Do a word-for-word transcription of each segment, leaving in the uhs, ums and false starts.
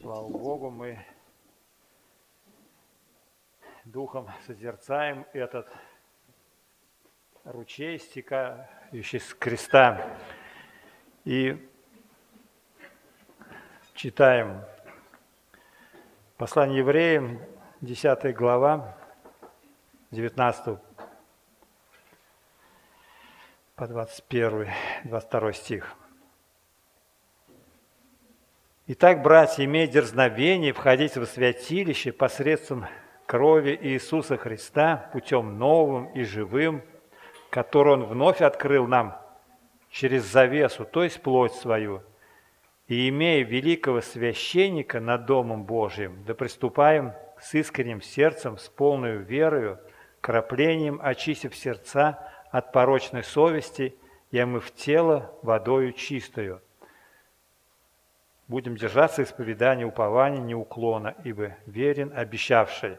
Слава Богу, мы духом созерцаем этот ручей, стекающий с креста, и читаем послание евреям, десятая глава, девятнадцатый по двадцать первый, двадцать второй стих. Итак, братья, имея дерзновение входить во святилище посредством крови Иисуса Христа путем новым и живым, который Он вновь открыл нам через завесу, то есть плоть свою, и имея великого священника над Домом Божиим, да приступаем с искренним сердцем, с полной верою, краплением, очистив сердца от порочной совести и омыв тело водою чистою. Будем держаться исповедания, упования неуклонно, ибо верен обещавший.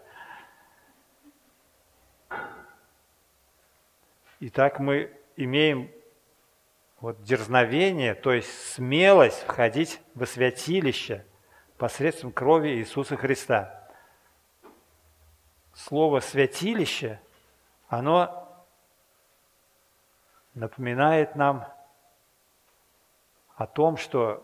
Итак, мы имеем вот дерзновение, то есть смелость входить во святилище посредством крови Иисуса Христа. Слово «святилище», оно напоминает нам о том, что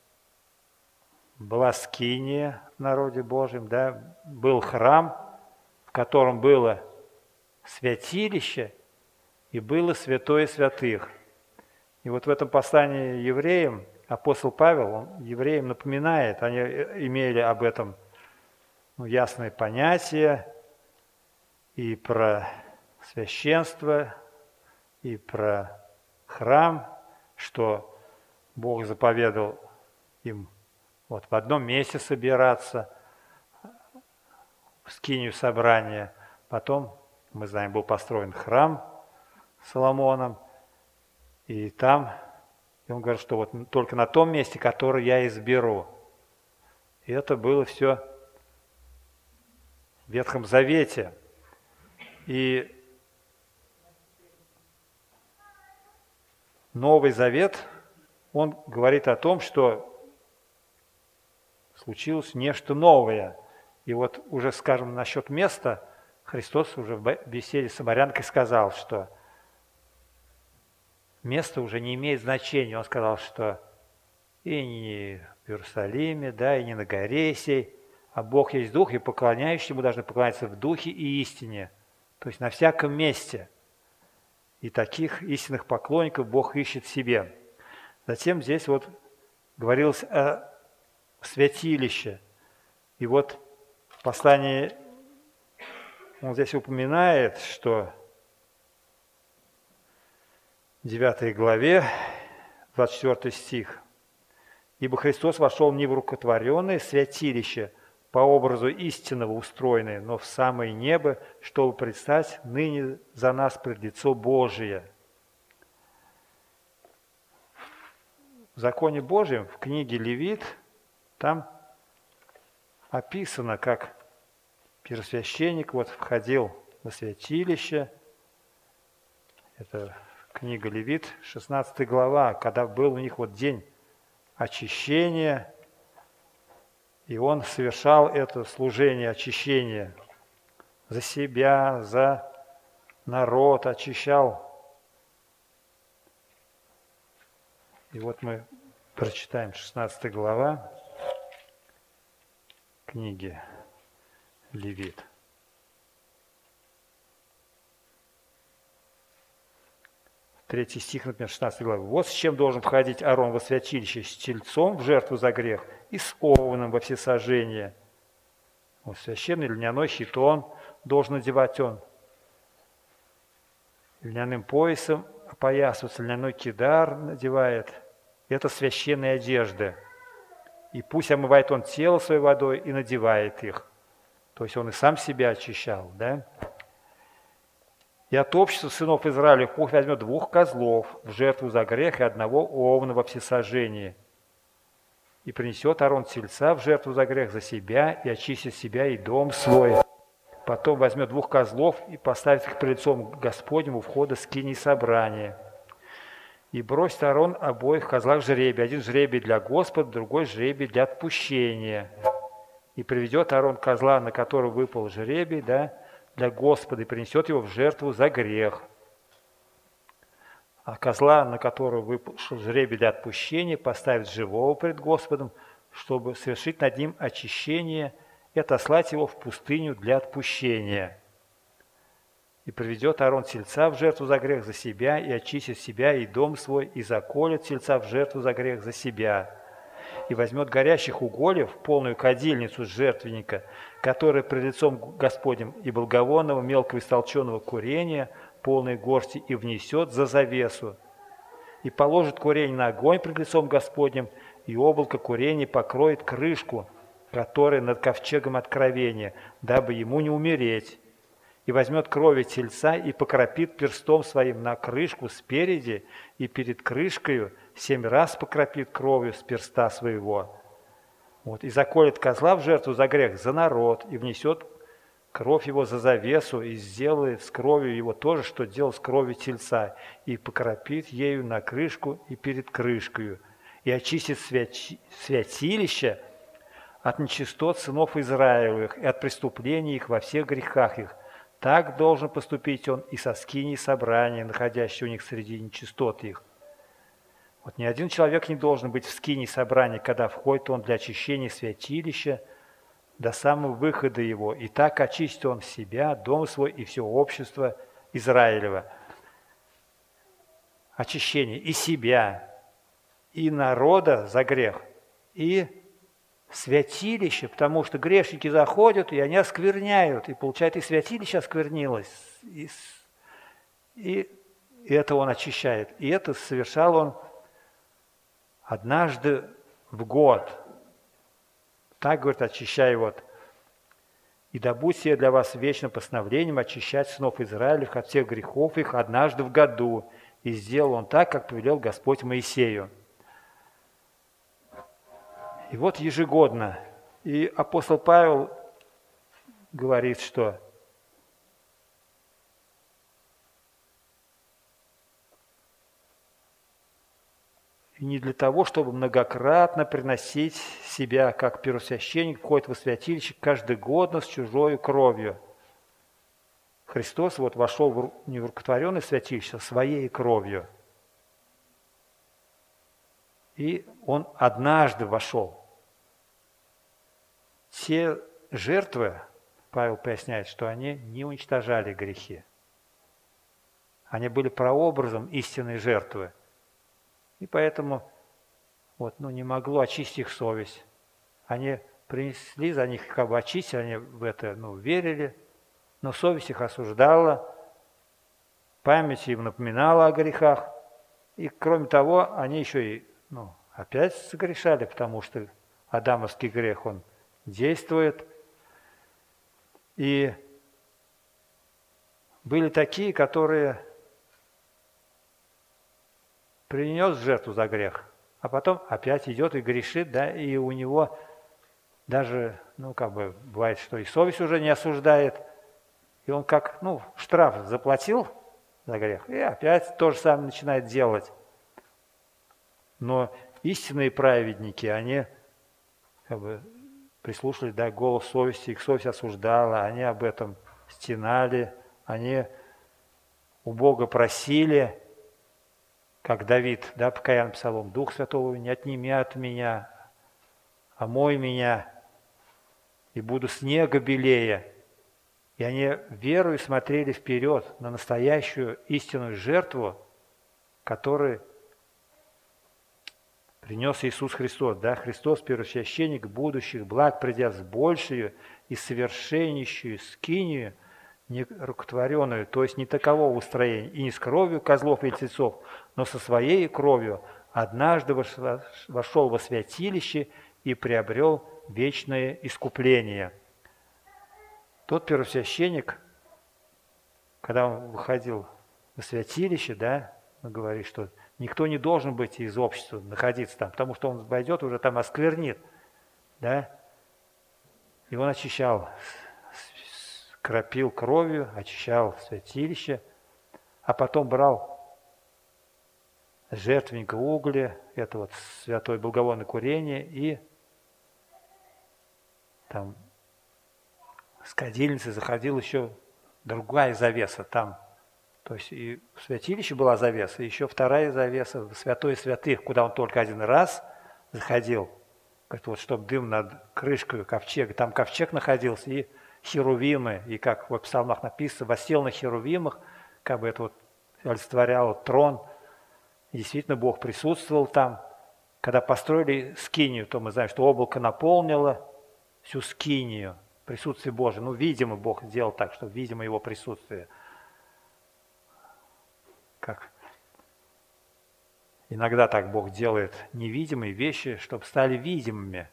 была скиния в народе Божьем, да, был храм, в котором было святилище и было святое святых. И вот в этом послании евреям апостол Павел, он евреям напоминает, они имели об этом ну, ясное понятие и про священство, и про храм, что Бог заповедал им вот в одном месте собираться, в скинию собрания. Потом, мы знаем, был построен храм Соломоном, и там, и он говорит, что вот только на том месте, которое я изберу. И это было все в Ветхом Завете. И Новый Завет, он говорит о том, что случилось нечто новое. И вот уже, скажем, насчет места, Христос уже в беседе с самарянкой сказал, что место уже не имеет значения. Он сказал, что и не в Иерусалиме, да, и не на горе сей, а Бог есть Дух, и поклоняющие Ему должны поклоняться в Духе и истине, то есть на всяком месте. И таких истинных поклонников Бог ищет себе. Затем здесь вот говорилось о святилище. И вот в послании он здесь упоминает, что в девятой главе, двадцать четвёртый стих, «Ибо Христос вошел не в рукотворенное святилище, по образу истинного устроенное, но в самое небо, чтобы предстать ныне за нас пред лицо Божие». В законе Божьем, в книге Левит, там описано, как первосвященник вот входил во святилище. Это книга Левит, шестнадцатая глава, когда был у них вот день очищения, и он совершал это служение очищения за себя, за народ, очищал. И вот мы прочитаем шестнадцатая глава книги Левит. Третий стих, например, шестнадцатой главы. «Вот с чем должен входить Аарон во святилище: с тельцом в жертву за грех и с овном во всесожжение». Вот священный льняной хитон должен надевать он. Льняным поясом опоясываться, льняной кидар надевает. Это священные одежды. И пусть омывает он тело своей водой и надевает их. То есть он и сам себя очищал, да? «И от общества сынов Израиля пусть возьмет двух козлов в жертву за грех и одного овна во всесожжении. И принесет Аарон тельца в жертву за грех за себя и очистит себя и дом свой. Потом возьмет двух козлов и поставит их пред лицом Господнему у входа скинии собрания. И бросит Аарон обоих козлах жребий. Один жребий для Господа, другой жребий для отпущения. И приведет Аарон козла, на который выпал жребий, да, для Господа, и принесет его в жертву за грех. А козла, на который выпал жребий для отпущения, поставит живого пред Господом, чтобы совершить над ним очищение и отослать его в пустыню для отпущения. И приведет Аарон тельца в жертву за грех за себя, и очистит себя и дом свой, и заколет тельца в жертву за грех за себя. И возьмет горящих угольев, полную кадильницу жертвенника, которая пред лицом Господним, и благовонного мелкого истолченного курения, полной горсти, и внесет за завесу. И положит курение на огонь пред лицом Господним, и облако курения покроет крышку, которая над ковчегом откровения, дабы ему не умереть. И возьмет крови тельца и покропит перстом своим на крышку спереди, и перед крышкою семь раз покропит кровью с перста своего. Вот. И заколет козла в жертву за грех за народ, и внесет кровь его за завесу, и сделает с кровью его то же, что делал с кровью тельца, и покропит ею на крышку и перед крышкою, и очистит святи... святилище от нечистот сынов Израилевых и от преступлений их во всех грехах их. Так должен поступить он и со скиней собрания, находящей у них среди нечистот их. Вот ни один человек не должен быть в скинии собрания, когда входит он для очищения святилища до самого выхода его. И так очистит он себя, дом свой и все общество Израилева. Очищение и себя, и народа за грех, и святилище, потому что грешники заходят, и они оскверняют, и получается, и святилище осквернилось, и, и, и это он очищает. И это совершал он однажды в год. Так, говорит, очищай вот. «И да будь сие для вас вечным постановлением очищать сынов Израилевых от всех грехов их однажды в году. И сделал он так, как повелел Господь Моисею». И вот ежегодно. И апостол Павел говорит, что и не для того, чтобы многократно приносить себя, как первосвященник, входит во святилище каждогодно с чужою кровью. Христос вот вошел в нерукотворенное святилище своей кровью. И он однажды вошел. Те жертвы, Павел поясняет, что они не уничтожали грехи. Они были прообразом истинной жертвы. И поэтому вот, ну, не могло очистить их совесть. Они принесли, за них как бы очистили, они в это ну, верили, но совесть их осуждала, память им напоминала о грехах. И кроме того, они еще и ну, опять согрешали, потому что адамовский грех, он действует. И были такие, которые принес жертву за грех, а потом опять идет и грешит, да, и у него даже, ну, как бы, бывает, что и совесть уже не осуждает, и он как, ну, штраф заплатил за грех, и опять то же самое начинает делать. Но истинные праведники, они как бы прислушались, да, к голосу совести, их совесть осуждала, они об этом стенали, они у Бога просили, как Давид, да, покаянным псалом, «Дух Святого не отними от меня, омой меня, и буду снега белее». И они верою смотрели вперед на настоящую истинную жертву, которую принес Иисус Христос. Да? Христос, первосвященник будущих благ, придя с большую и совершеннейшую скинию, нерукотворенную, то есть не такового устроения, и не с кровью козлов и тельцов, но со своей кровью, однажды вошел во святилище и приобрел вечное искупление. Тот первосвященник, когда он выходил во святилище, да, он говорит, что никто не должен быть из общества, находиться там, потому что он войдет, уже там осквернит, да, и он очищал, кропил кровью, очищал святилище, а потом брал жертвенника угля, это вот святое благовонное курение, и там с кадильницы заходила еще другая завеса там. То есть и в святилище была завеса, и еще вторая завеса в святое святых, куда он только один раз заходил. Говорит, вот чтобы дым над крышкой ковчега, там ковчег находился, и херувимы, и как в псалмах написано, воссел на херувимах, как бы это вот олицетворяло трон. И действительно Бог присутствовал там. Когда построили скинию, то мы знаем, что облако наполнило всю скинию, присутствие Божие. Ну, видимо, Бог сделал так, что видимо Его присутствие. Как иногда так Бог делает невидимые вещи, чтобы стали видимыми.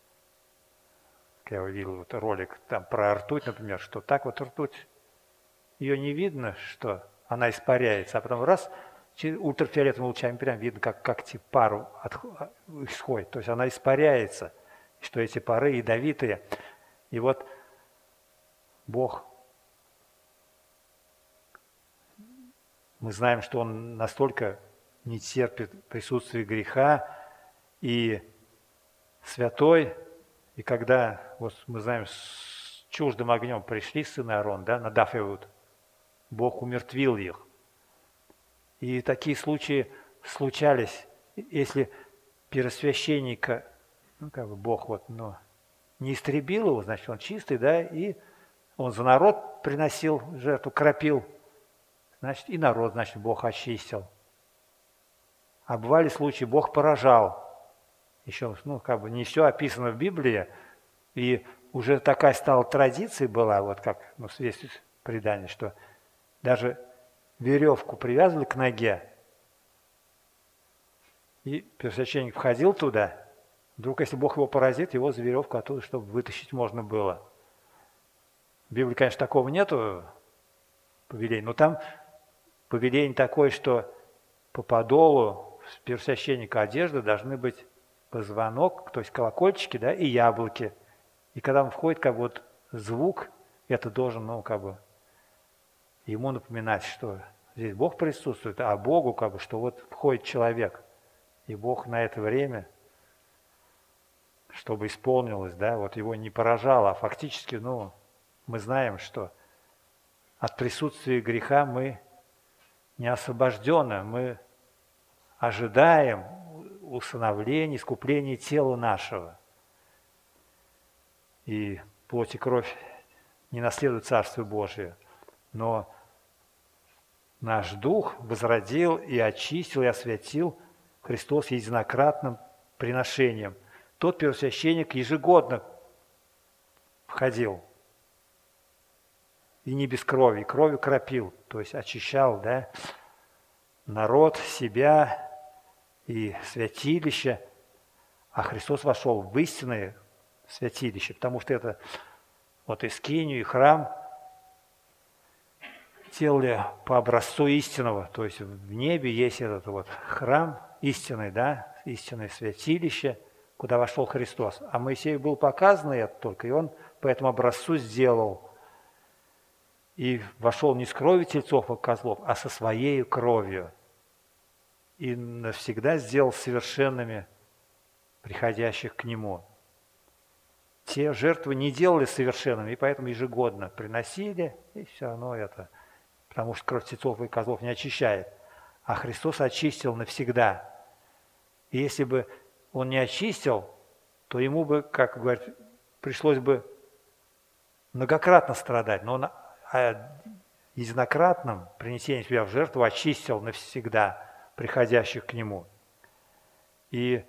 Я увидел вот ролик там про ртуть, например, что так вот ртуть, ее не видно, что она испаряется, а потом раз, ультрафиолетовыми лучами прям видно, как, как типа пару от, исходит. То есть она испаряется, что эти пары ядовитые. И вот Бог, мы знаем, что Он настолько не терпит присутствие греха и святой. И когда, вот мы знаем, с чуждым огнем пришли сыны Аарона, да, надав его, Бог умертвил их. И такие случаи случались, если первосвященника, ну, как бы Бог вот, ну, не истребил его, значит, он чистый, да, и он за народ приносил жертву, кропил, значит, и народ, значит, Бог очистил. А бывали случаи, Бог поражал. Еще, ну, как бы не все описано в Библии, и уже такая стала традиция была, вот как, ну, в свете предания, что даже веревку привязывали к ноге, и первосвященник входил туда, вдруг, если Бог его поразит, его за веревку оттуда, чтобы вытащить можно было. В Библии, конечно, такого нету повеления, но там повеление такое, что по подолу первосвященника одежды должны быть позвонок, то есть колокольчики, да, и яблоки. И когда он входит, как бы вот звук, это должен, ну, как бы ему напоминать, что здесь Бог присутствует, а Богу, как бы, что вот входит человек. И Бог на это время, чтобы исполнилось, да, вот его не поражало, а фактически, ну, мы знаем, что от присутствия греха мы не освобождены, мы ожидаем усыновления, искупления тела нашего. И плоть и кровь не наследуют Царство Божие, но наш дух возродил и очистил, и освятил Христос единократным приношением. Тот первосвященник ежегодно входил, и не без крови, и кровью кропил, то есть очищал, да, народ, себя и святилище, а Христос вошел в истинное святилище, потому что это вот и скинию, и храм делали по образцу истинного, то есть в небе есть этот вот храм истинный, да, истинное святилище, куда вошел Христос. А Моисею был показано это только, и он по этому образцу сделал. И вошел не с кровью тельцов и козлов, а со своей кровью. И навсегда сделал совершенными приходящих к Нему. Те жертвы не делали совершенными, и поэтому ежегодно приносили, и все равно это, потому что кровь тельцов и козлов не очищает. А Христос очистил навсегда. И если бы Он не очистил, то Ему бы, как говорят, пришлось бы многократно страдать. Но Он о единократном принесении себя в жертву очистил навсегда приходящих к Нему. И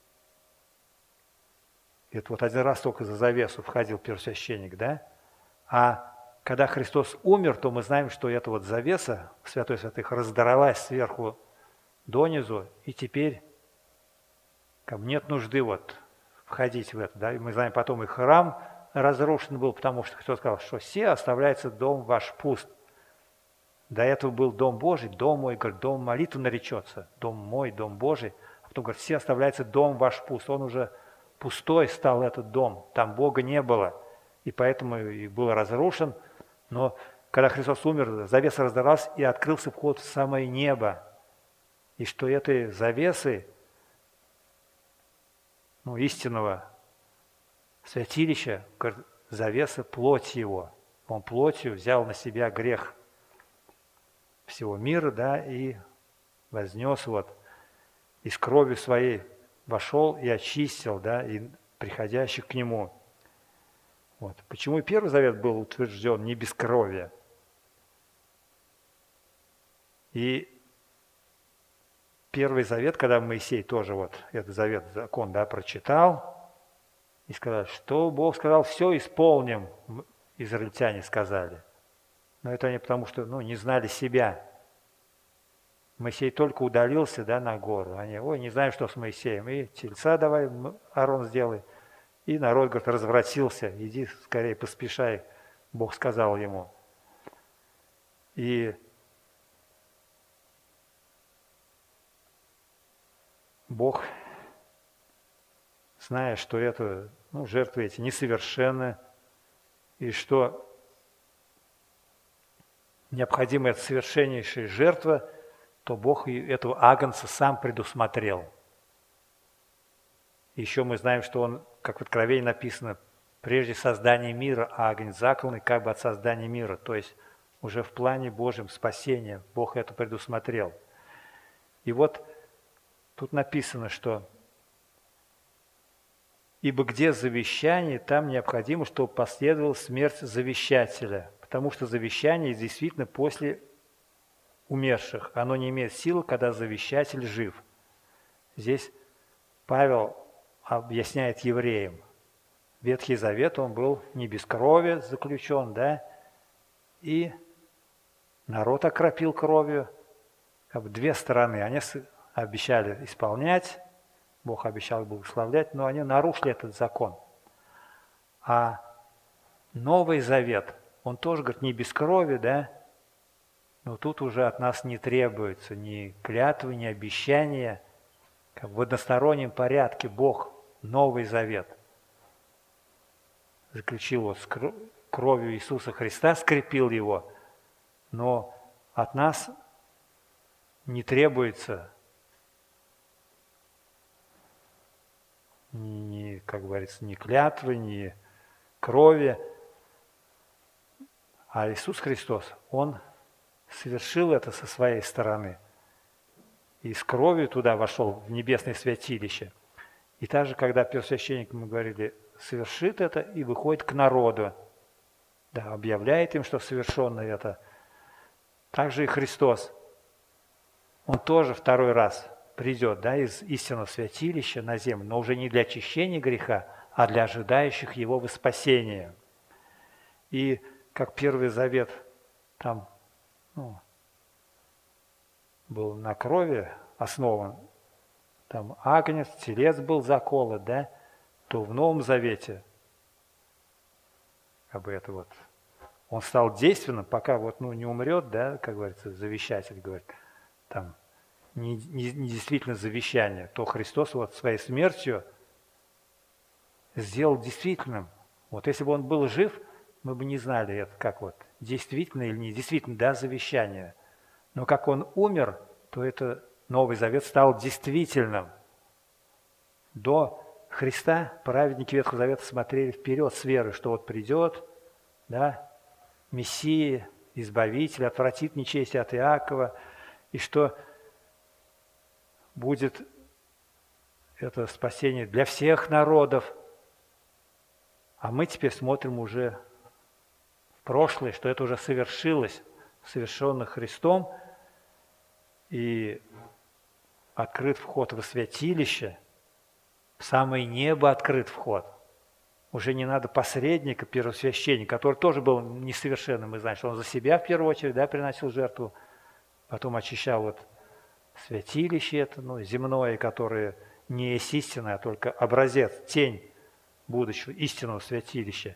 это вот один раз только за завесу входил первосвященник, да? А когда Христос умер, то мы знаем, что эта вот завеса в Святой Святых раздралась сверху донизу, и теперь как бы нет нужды вот входить в это, да? И мы знаем, потом и храм разрушен был, потому что Христос сказал, что все оставляется дом ваш пуст. До этого был дом Божий, дом мой, говорит, дом молитвы наречется, дом мой, дом Божий. А потом говорит, все оставляется дом ваш пуст. Он уже пустой стал этот дом, там Бога не было, и поэтому и был разрушен. Но когда Христос умер, завеса раздралась, и открылся вход в самое небо. И что этой завесы, ну, истинного святилище, говорит, завеса плоть его. Он плотью взял на себя грех всего мира, да, и вознес вот из крови своей вошел и очистил, да, и приходящих к нему. Вот. Почему и Первый Завет был утвержден не без крови? И Первый Завет, когда Моисей тоже вот этот завет, закон, да, прочитал, и сказал, что Бог сказал, все исполним, израильтяне сказали. Но это они потому, что ну, не знали себя. Моисей только удалился, да, на гору. Они, ой, не знаем, что с Моисеем. И тельца давай, Аарон, сделай. И народ, говорит, развратился. Иди скорее, поспешай. Бог сказал ему. И Бог, зная, что это, ну, жертвы эти несовершенны, и что необходима эта совершеннейшая жертва, то Бог этого агнца сам предусмотрел. Еще мы знаем, что он, как в Откровении написано, прежде создания мира агнец закланный как бы от создания мира. То есть уже в плане Божьем спасения Бог это предусмотрел. И вот тут написано, что «Ибо где завещание, там необходимо, чтобы последовала смерть завещателя, потому что завещание действительно после умерших. Оно не имеет силы, когда завещатель жив». Здесь Павел объясняет евреям. Ветхий Завет, он был не без крови заключен, да, и народ окропил кровью. Как бы две стороны. Они обещали исполнять, Бог обещал благословлять, но они нарушили этот закон. А Новый Завет, он тоже, говорит, не без крови, да, но тут уже от нас не требуется ни клятвы, ни обещания. Как в одностороннем порядке Бог Новый Завет заключил вот с кровью Иисуса Христа, скрепил его, но от нас не требуется ни, как говорится, ни клятвы, ни крови. А Иисус Христос, Он совершил это со своей стороны. И с кровью туда вошел, в небесное святилище. И также, когда первосвященник, мы говорили, совершит это и выходит к народу, да, объявляет им, что совершенно это. Также и Христос. Он тоже второй раз придет, да, из истинного святилища на землю, но уже не для очищения греха, а для ожидающих его спасения. И как Первый Завет там ну, был на крови основан, там агнец, телец был заколот, да, то в Новом Завете как бы это вот, он стал действенным, пока вот, ну, не умрет, да, как говорится, завещатель говорит, там, не, не, не действительно завещание, то Христос вот своей смертью сделал действительным. Вот если бы он был жив, мы бы не знали, это как вот, действительно или не действительно, да, завещание. Но как он умер, то это Новый Завет стал действительным. До Христа праведники Ветхого Завета смотрели вперед с верой, что вот придет, да, Мессия, Избавитель, отвратит нечестие от Иакова, и что будет это спасение для всех народов. А мы теперь смотрим уже в прошлое, что это уже совершилось, совершенно Христом, и открыт вход во святилище, в самое небо открыт вход. Уже не надо посредника, первосвященника, который тоже был несовершенным, мы знаем, что он за себя в первую очередь, да, приносил жертву, потом очищал вот святилище это, ну, земное, которое не есть истинное, а только образец, тень будущего истинного святилища.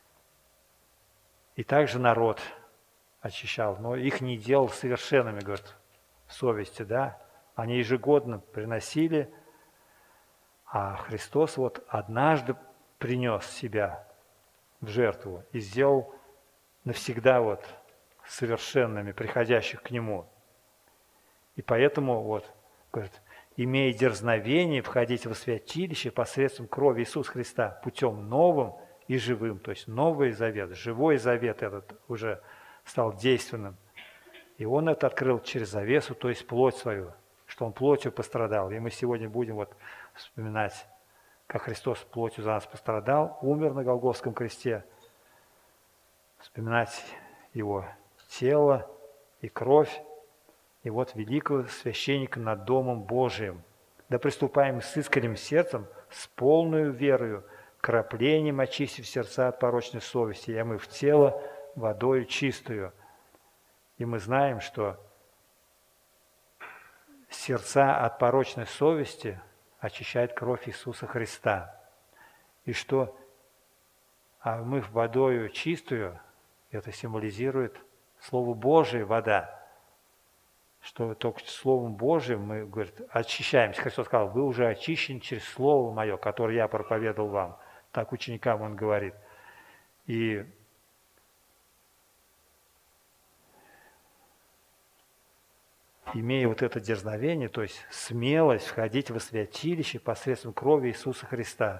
И также народ очищал, но их не делал совершенными, говорит, в совести, да. Они ежегодно приносили, а Христос вот однажды принес себя в жертву и сделал навсегда вот совершенными, приходящих к Нему. И поэтому вот, говорит, имея дерзновение входить во святилище посредством крови Иисуса Христа путем новым и живым. То есть Новый Завет, живой Завет этот уже стал действенным. И Он это открыл через завесу, то есть плоть свою, что Он плотью пострадал. И мы сегодня будем вот вспоминать, как Христос плотью за нас пострадал, умер на Голгофском кресте, вспоминать Его тело и кровь, и вот великого священника над Домом Божиим. Да приступаем с искренним сердцем, с полной верою, краплением очистив сердца от порочной совести, и омыв тело водою чистую. И мы знаем, что сердца от порочной совести очищает кровь Иисуса Христа. И что, омыв водою чистую, это символизирует Слово Божие, вода, что только Словом Божиим мы, говорит, очищаемся. Христос сказал, вы уже очищены через Слово Мое, которое я проповедовал вам. Так ученикам Он говорит. И имея вот это дерзновение, то есть смелость входить во святилище посредством крови Иисуса Христа.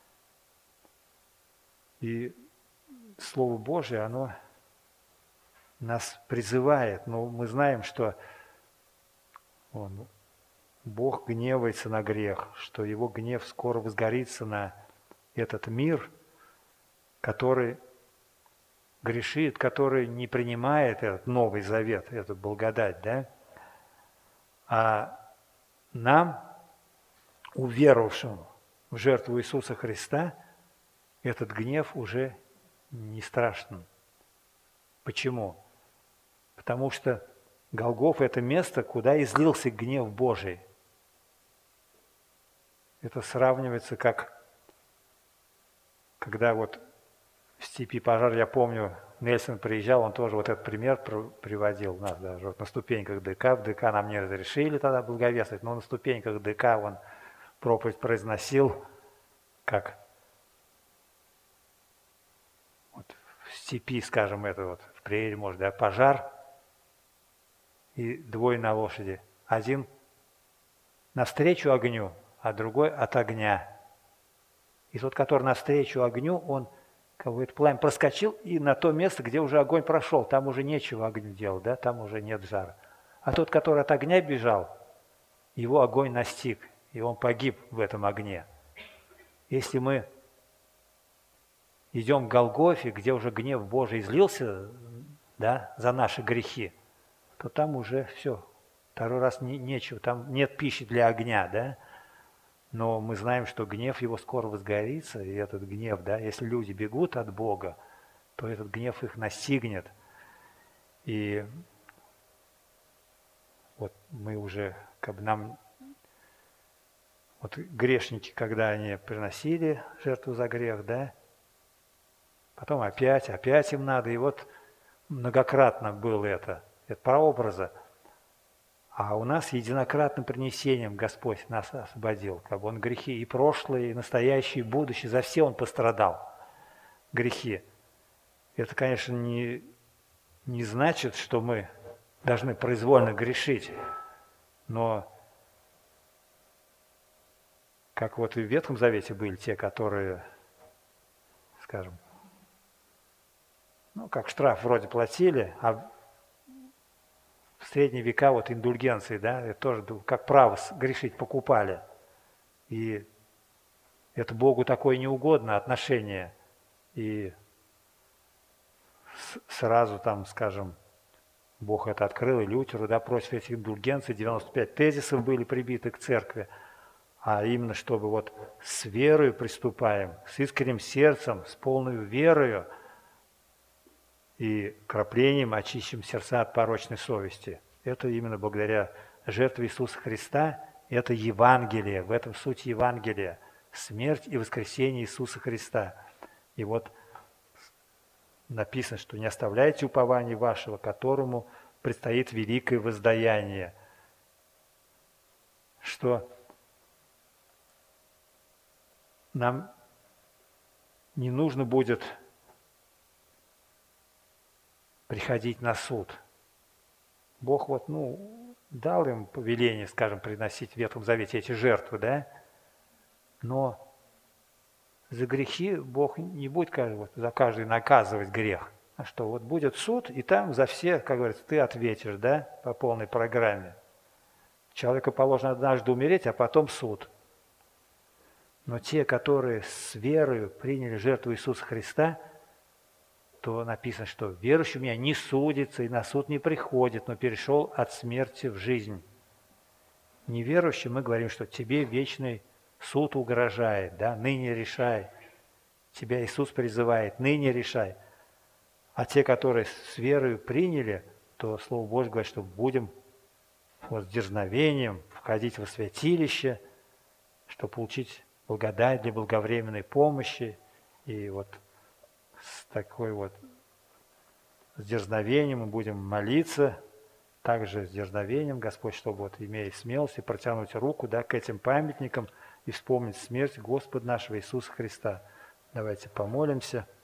И Слово Божие, оно нас призывает, но мы знаем, что Он, Бог гневается на грех, что Его гнев скоро возгорится на этот мир, который грешит, который не принимает этот Новый Завет, эту благодать, да? А нам, уверовавшим в жертву Иисуса Христа, этот гнев уже не страшен. Почему? Потому что Голгофа – это место, куда излился гнев Божий. Это сравнивается как, когда вот в степи пожар, я помню, Нельсон приезжал, он тоже вот этот пример приводил, нас даже вот на ступеньках ДК, в ДК нам не разрешили тогда благовествовать, но на ступеньках ДК он проповедь произносил, как вот в степи, скажем, это вот, в прерии, может, да, пожар, и двое на лошади. Один навстречу огню, а другой от огня. И тот, который навстречу огню, он, как бы, это пламя проскочил и на то место, где уже огонь прошел. Там уже нечего огню делать, да? Там уже нет жара. А тот, который от огня бежал, его огонь настиг, и он погиб в этом огне. Если мы идем к Голгофе, где уже гнев Божий излился, да, за наши грехи, то там уже все, второй раз не, нечего, там нет пищи для огня, да, но мы знаем, что гнев его скоро возгорится, и этот гнев, да, если люди бегут от Бога, то этот гнев их настигнет. И вот мы уже, как бы нам, вот грешники, когда они приносили жертву за грех, да, потом опять, опять им надо, и вот многократно было это. Это прообраза. А у нас единократным принесением Господь нас освободил. Как бы Он грехи и прошлые, и настоящие, и будущие, за все Он пострадал. Грехи. Это, конечно, не, не значит, что мы должны произвольно грешить. Но как вот и в Ветхом Завете были те, которые, скажем, ну, как штраф вроде платили, а в средние века вот индульгенции, да, это тоже как право грешить покупали. И это Богу такое неугодно отношение. И сразу там, скажем, Бог это открыл, и Лютеру, да, против этих индульгенций, девяносто пять тезисов были прибиты к церкви. А именно, чтобы вот с верою приступаем, с искренним сердцем, с полной верою, и краплением очищим сердца от порочной совести. Это именно благодаря жертве Иисуса Христа, это Евангелие, в этом суть Евангелия, смерть и воскресение Иисуса Христа. И вот написано, что не оставляйте упования вашего, которому предстоит великое воздаяние. Что нам не нужно будет приходить на суд. Бог вот, ну, дал им повеление, скажем, приносить в Ветхом Завете эти жертвы, да? Но за грехи Бог не будет вот, за каждый наказывать грех. А что, вот будет суд, и там за все, как говорится, ты ответишь, да, по полной программе. Человеку положено однажды умереть, а потом суд. Но те, которые с верою приняли жертву Иисуса Христа, то написано, что верующий у меня не судится и на суд не приходит, но перешел от смерти в жизнь. Неверующим мы говорим, что тебе вечный суд угрожает, да, ныне решай. Тебя Иисус призывает, ныне решай. А те, которые с верою приняли, то Слово Божье говорит, что будем вот, с дерзновением входить во святилище, чтобы получить благодать для благовременной помощи. И вот с такой вот с дерзновением мы будем молиться, также с дерзновением, Господь, чтобы вот, имея смелость, протянуть руку, да, к этим памятникам и вспомнить смерть Господа нашего Иисуса Христа. Давайте помолимся.